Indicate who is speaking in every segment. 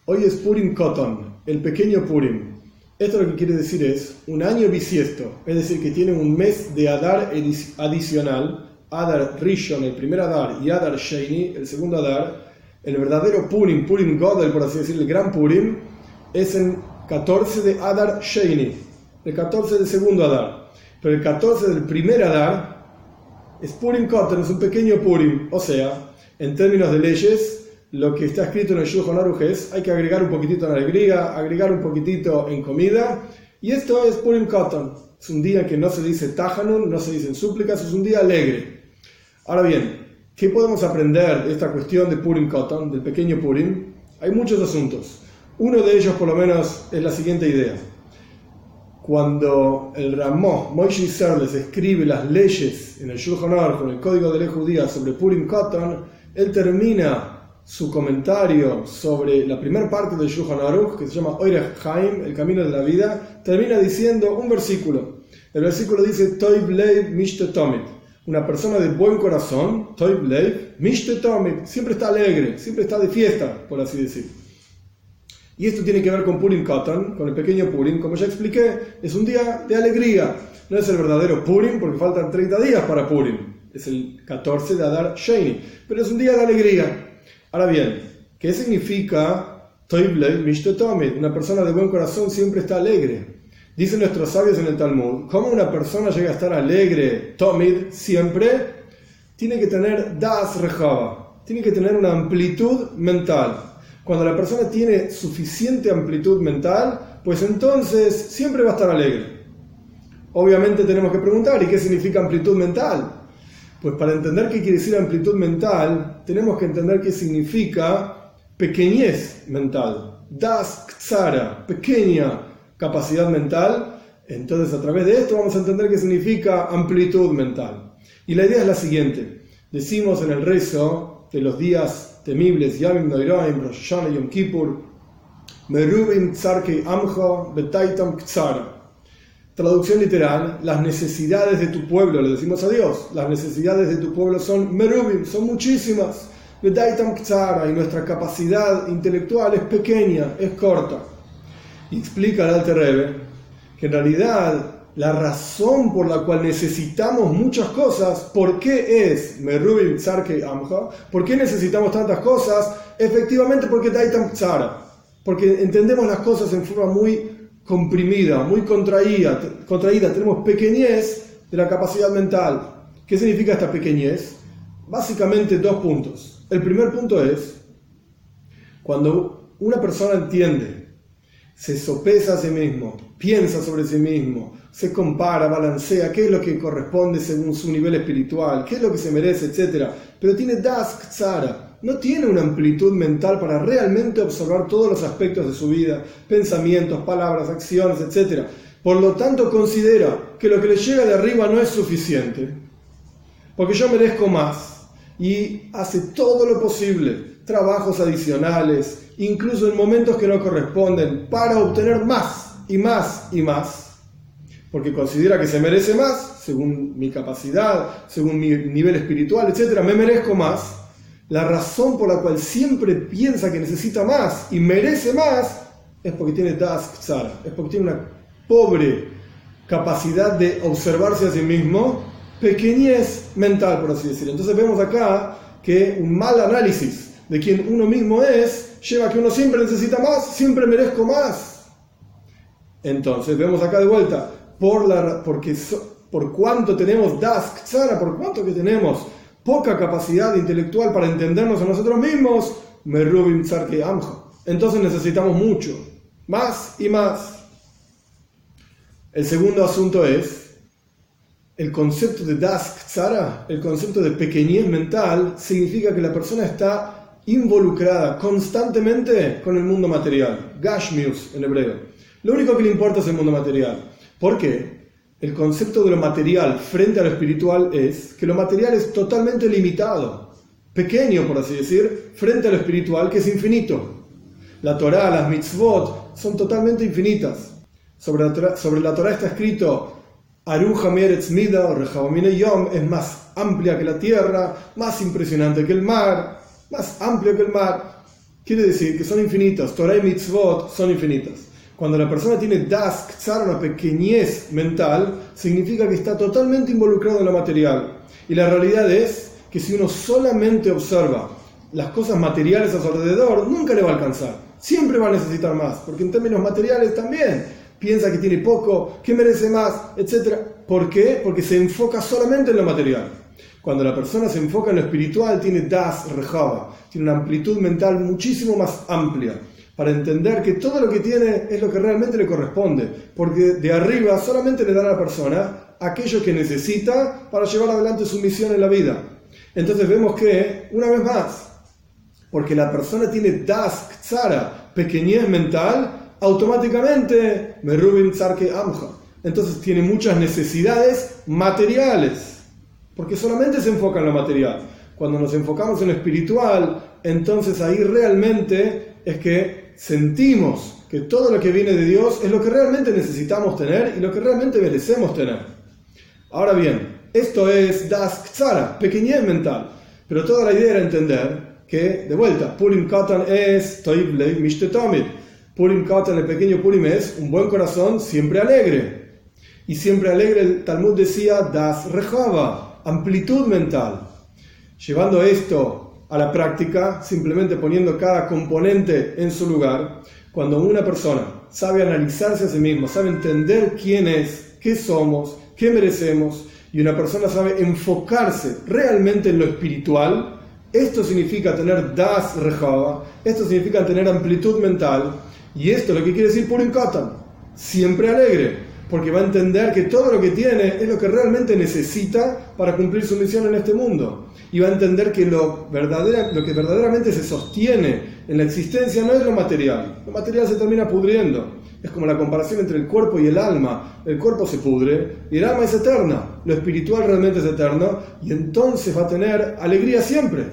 Speaker 1: Hoy es Purim Koton, el pequeño Purim. Esto lo que quiere decir es un año bisiesto, es decir, que tiene un mes de Adar adicional, Adar Rishon, el primer Adar, y Adar Sheini, el segundo Adar. El verdadero Purim, Purim Godel, por así decir, el gran Purim, es el 14 de Adar Sheini, el 14 del segundo Adar. Pero el 14 del primer Adar es Purim Koton, es un pequeño Purim. O sea, en términos de leyes, lo que está escrito en el Shulchan Aruch es: hay que agregar un poquitito en alegría, agregar un poquitito en comida, y esto es Purim Koton. Es un día que no se dice Tahanun, no se dicen súplicas, es un día alegre. Ahora bien, ¿qué podemos aprender de esta cuestión de Purim Koton, del pequeño Purim? Hay muchos asuntos. Uno de ellos, por lo menos, es la siguiente idea. Cuando el Ramó, Moshe Isserles, escribe las leyes en el Shulchan Aruch, en el Código de Ley Judía sobre Purim Koton, él termina su comentario sobre la primera parte del Shulchan Aruch, que se llama Orech Chaim, el camino de la vida, termina diciendo un versículo. El versículo dice: Toiv Leiv Mishte Tomid. Una persona de buen corazón, Toiv Leiv Mishte Tomid, siempre está alegre, siempre está de fiesta, por así decir. Y esto tiene que ver con Purim Koton, con el pequeño Purim. Como ya expliqué, es un día de alegría. No es el verdadero Purim, porque faltan 30 días para Purim. Es el 14 de Adar Sheini, pero es un día de alegría. Ahora bien, ¿qué significa Toiv Leiv Mishte Tomid? Una persona de buen corazón siempre está alegre. Dicen nuestros sabios en el Talmud, ¿cómo una persona llega a estar alegre, Tomid, siempre? Tiene que tener Das Rejava, tiene que tener una amplitud mental. Cuando la persona tiene suficiente amplitud mental, pues entonces siempre va a estar alegre. Obviamente tenemos que preguntar, ¿y qué significa amplitud mental? Pues para entender qué quiere decir amplitud mental, tenemos que entender qué significa pequeñez mental. Das Ktsara, pequeña capacidad mental. Entonces a través de esto vamos a entender qué significa amplitud mental. Y la idea es la siguiente. Decimos en el rezo de los días temibles, Yamim Noiraim, Rosh Hashanah, Yom Kippur, Merubim Tzarkei Amcha Betaitam Ktsara. Traducción literal: las necesidades de tu pueblo, le decimos a Dios, las necesidades de tu pueblo son merubim, son muchísimas, Betaitam Ktsara, y nuestra capacidad intelectual es pequeña, es corta. Y explica el Alter Rebbe que en realidad la razón por la cual necesitamos muchas cosas, ¿por qué es Merubim Tzarkei Amcha? ¿Por qué necesitamos tantas cosas? Efectivamente porque Betaitam Ktsara, porque entendemos las cosas en forma muy comprimida, muy contraída, tenemos pequeñez de la capacidad mental. ¿Qué significa esta pequeñez? Básicamente dos puntos. El primer punto es cuando una persona entiende, se sopesa a sí mismo, piensa sobre sí mismo, se compara, balancea qué es lo que corresponde según su nivel espiritual, qué es lo que se merece, etc. Pero tiene Das Ktsara, no tiene una amplitud mental para realmente observar todos los aspectos de su vida, pensamientos, palabras, acciones, etc. Por lo tanto, considera que lo que le llega de arriba no es suficiente, porque yo merezco más, y hace todo lo posible, trabajos adicionales, incluso en momentos que no corresponden, para obtener más y más y más, porque considera que se merece más, según mi capacidad, según mi nivel espiritual, etc. Me merezco más. La razón por la cual siempre piensa que necesita más y merece más es porque tiene Das Ktsara, es porque tiene una pobre capacidad de observarse a sí mismo, pequeñez mental, por así decirlo. Entonces vemos acá que un mal análisis de quién uno mismo es lleva a que uno siempre necesita más, siempre merezco más. Entonces vemos acá de vuelta, por cuánto tenemos Das Ktsara, por cuánto que tenemos poca capacidad intelectual para entendernos a nosotros mismos, Merubim Tzarkei Amcha, entonces necesitamos mucho, más y más. El segundo asunto es el concepto de Das Ktsara, el concepto de pequeñez mental, significa que la persona está involucrada constantemente con el mundo material, Gashmius en hebreo. Lo único que le importa es el mundo material. ¿Por qué? El concepto de lo material frente a lo espiritual es que lo material es totalmente limitado, pequeño, por así decir, frente a lo espiritual, que es infinito. La Torá, las mitzvot, son totalmente infinitas. Sobre la Torá está escrito: Aruja Meretz Mida o Rehavamine Yom, es más amplia que la tierra, más impresionante que el mar, más amplio que el mar. quiere decir que son infinitos. Torah y mitzvot son infinitas. Cuando la persona tiene das ktsar, una pequeñez mental, significa que está totalmente involucrado en lo material. Y la realidad es que si uno solamente observa las cosas materiales a su alrededor, nunca le va a alcanzar. Siempre va a necesitar más, porque en términos materiales también piensa que tiene poco, que merece más, etc. ¿Por qué? Porque se enfoca solamente en lo material. Cuando la persona se enfoca en lo espiritual, tiene das rejava, tiene una amplitud mental muchísimo más amplia, para entender que todo lo que tiene es lo que realmente le corresponde, porque de arriba solamente le da a la persona aquello que necesita para llevar adelante su misión en la vida. Entonces vemos que, una vez más, porque la persona tiene das ktsara, pequeñez mental, automáticamente merubim tzarke amja. Entonces tiene muchas necesidades materiales, porque solamente se enfoca en lo material. Cuando nos enfocamos en lo espiritual, entonces ahí realmente es que sentimos que todo lo que viene de Dios es lo que realmente necesitamos tener y lo que realmente merecemos tener. Ahora bien, esto es das ktsara, pequeñez mental, pero toda la idea era entender que, de vuelta, Purim Katan es Toiv Lei Mishte Tamid. Purim Katan, el pequeño Purim, es un buen corazón siempre alegre. Y siempre alegre, el Talmud decía, Das Rejava, amplitud mental. Llevando esto a la práctica, simplemente poniendo cada componente en su lugar, cuando una persona sabe analizarse a sí mismo, sabe entender quién es, qué somos, qué merecemos, y una persona sabe enfocarse realmente en lo espiritual, esto significa tener das rejava, esto significa tener amplitud mental, y esto es lo que quiere decir Purim Katan, siempre alegre, porque va a entender que todo lo que tiene es lo que realmente necesita para cumplir su misión en este mundo, y va a entender que lo que verdaderamente se sostiene en la existencia no es lo material se termina pudriendo. Es como la comparación entre el cuerpo y el alma. El cuerpo se pudre y el alma es eterna. Lo espiritual realmente es eterno y entonces va a tener alegría siempre.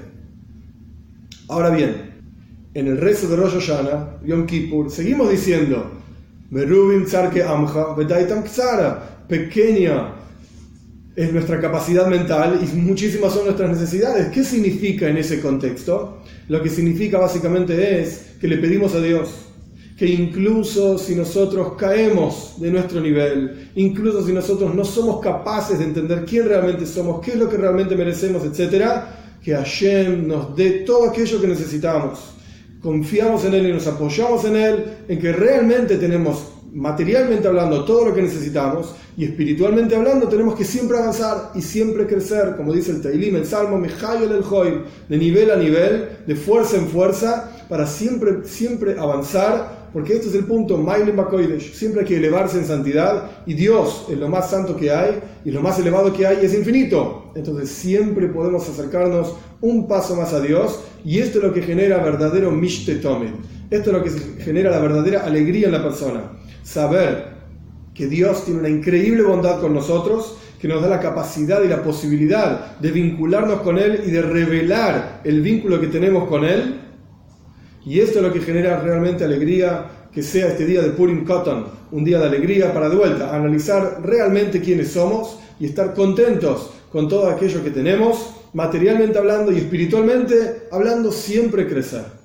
Speaker 1: Ahora bien, en el rezo de Rosh Hashanah, Yom Kippur, seguimos diciendo Merubim tzarke amja vedaitam ktsara. Pequeña es nuestra capacidad mental y muchísimas son nuestras necesidades. ¿Qué significa en ese contexto? Lo que significa básicamente es que le pedimos a Dios que incluso si nosotros caemos de nuestro nivel, incluso si nosotros no somos capaces de entender quién realmente somos, qué es lo que realmente merecemos, etc., que Hashem nos dé todo aquello que necesitamos. Confiamos en Él y nos apoyamos en Él, en que realmente tenemos, materialmente hablando, todo lo que necesitamos, y espiritualmente hablando tenemos que siempre avanzar y siempre crecer, como dice el Teilim, el Salmo, Mejayel el Hoy, de nivel a nivel, de fuerza en fuerza, para siempre avanzar, porque este es el punto, Mailim Bakoidesh, siempre hay que elevarse en santidad, y Dios es lo más santo que hay, y lo más elevado que hay es infinito. Entonces siempre podemos acercarnos un paso más a Dios, y esto es lo que genera verdadero Mishte Tomid. Esto es lo que genera la verdadera alegría en la persona. Saber que Dios tiene una increíble bondad con nosotros, que nos da la capacidad y la posibilidad de vincularnos con Él y de revelar el vínculo que tenemos con Él. Y esto es lo que genera realmente alegría, que sea este día de Purim Katan, un día de alegría para de vuelta analizar realmente quiénes somos y estar contentos con todo aquello que tenemos, materialmente hablando y espiritualmente hablando, siempre crecer.